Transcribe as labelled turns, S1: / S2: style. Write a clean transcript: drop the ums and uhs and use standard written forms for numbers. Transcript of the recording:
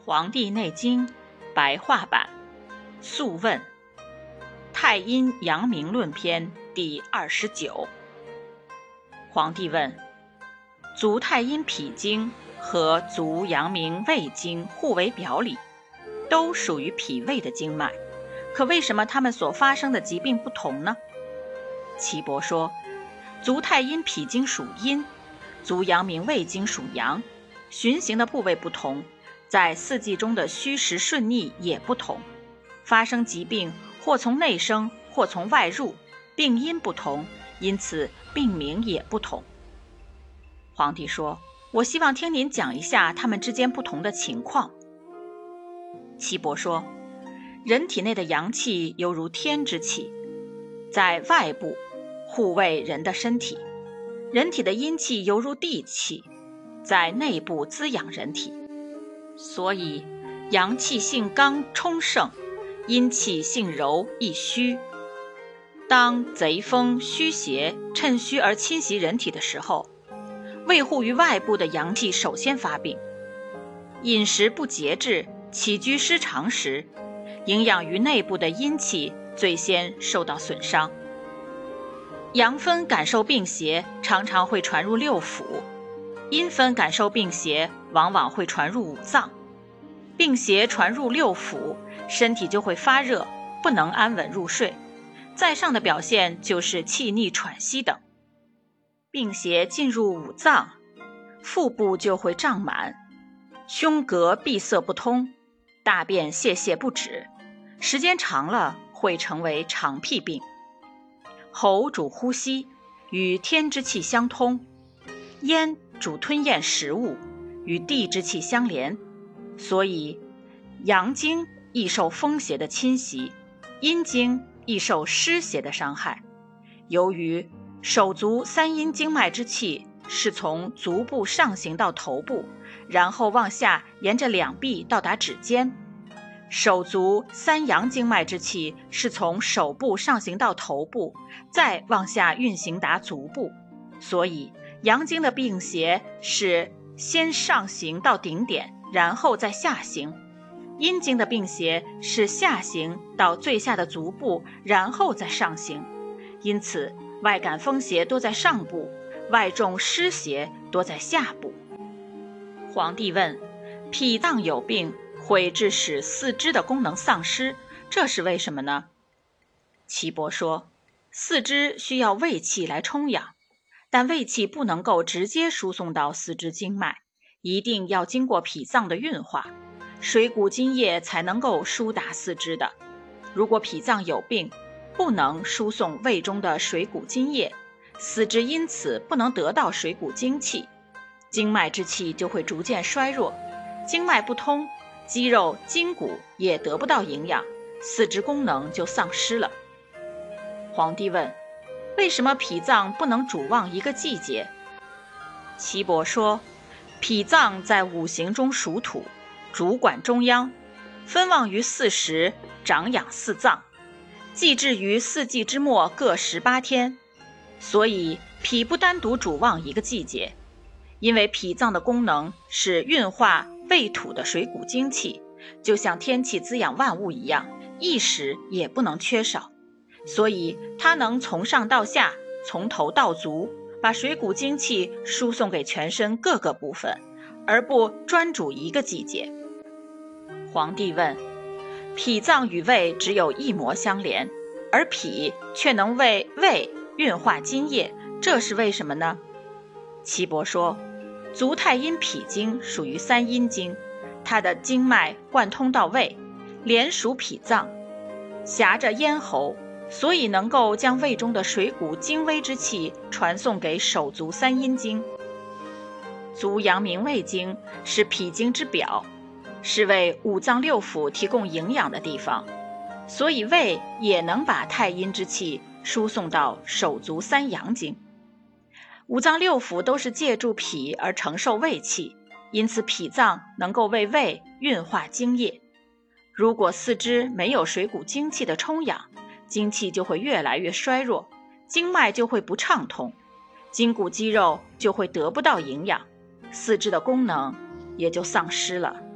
S1: 黄帝内经白话版素问太阴阳明论篇第29。黄帝问：足太阴脾经和足阳明胃经互为表里，都属于脾胃的经脉，可为什么它们所发生的疾病不同呢？岐伯说，足太阴脾经属阴，足阳明胃经属阳，循行的部位不同，在四季中的虚实顺逆也不同，发生疾病或从内生或从外入，病因不同，因此病名也不同。皇帝说，我希望听您讲一下它们之间不同的情况。岐伯说，人体内的阳气犹如天之气，在外部护卫人的身体，人体的阴气犹如地气，在内部滋养人体，所以阳气性刚充盛，阴气性柔易虚。当贼风虚邪趁虚而侵袭人体的时候，卫护于外部的阳气首先发病。饮食不节制，起居失常时，营养于内部的阴气最先受到损伤。阳分感受病邪常常会传入六腑，阴分感受病邪往往会传入五脏。病邪传入六腑，身体就会发热，不能安稳入睡。在上的表现就是气逆喘息等。病邪进入五脏，腹部就会胀满，胸膈闭塞不通，大便泄不止，时间长了会成为肠癖病。喉主呼吸，与天之气相通；咽主吞咽食物，与地之气相连，所以阳经易受风邪的侵袭，阴经易受湿邪的伤害。由于手足三阴经脉之气是从足部上行到头部，然后往下沿着两臂到达指尖，手足三阳经脉之气是从手部上行到头部，再往下运行达足部，所以阳经的病邪是先上行到顶点，然后再下行；阴经的病邪是下行到最下的足部，然后再上行。因此外感风邪多在上部，外重湿邪多在下部。皇帝问：脾脏有病会致使四肢的功能丧失，这是为什么呢？岐伯说，四肢需要胃气来充养，但胃气不能够直接输送到四肢经脉，一定要经过脾脏的运化，水谷津液才能够输达四肢的。如果脾脏有病，不能输送胃中的水谷津液，四肢因此不能得到水谷精气，经脉之气就会逐渐衰弱，经脉不通，肌肉筋骨也得不到营养，四肢功能就丧失了。皇帝问：为什么脾脏不能主旺一个季节？岐伯说，脾脏在五行中属土，主管中央，分旺于四时，长养四脏，季至于四季之末各18天，所以脾不单独主旺一个季节。因为脾脏的功能是运化胃土的水谷精气，就像天气滋养万物一样，一时也不能缺少，所以它能从上到下，从头到足，把水谷精气输送给全身各个部分，而不专主一个季节。皇帝问：脾脏与胃只有一膜相连，而脾却能为胃运化津液，这是为什么呢？岐伯说，足太阴脾经属于三阴经，它的经脉贯通到胃，连属脾脏，挟着咽喉，所以能够将胃中的水谷精微之气传送给手足三阴经。足阳明胃经是脾经之表，是为五脏六腑提供营养的地方，所以胃也能把太阴之气输送到手足三阳经。五脏六腑都是借助脾而承受胃气，因此脾脏能够为胃运化精液。如果四肢没有水谷精气的充养，精气就会越来越衰弱，经脉就会不畅通，筋骨肌肉就会得不到营养，四肢的功能也就丧失了。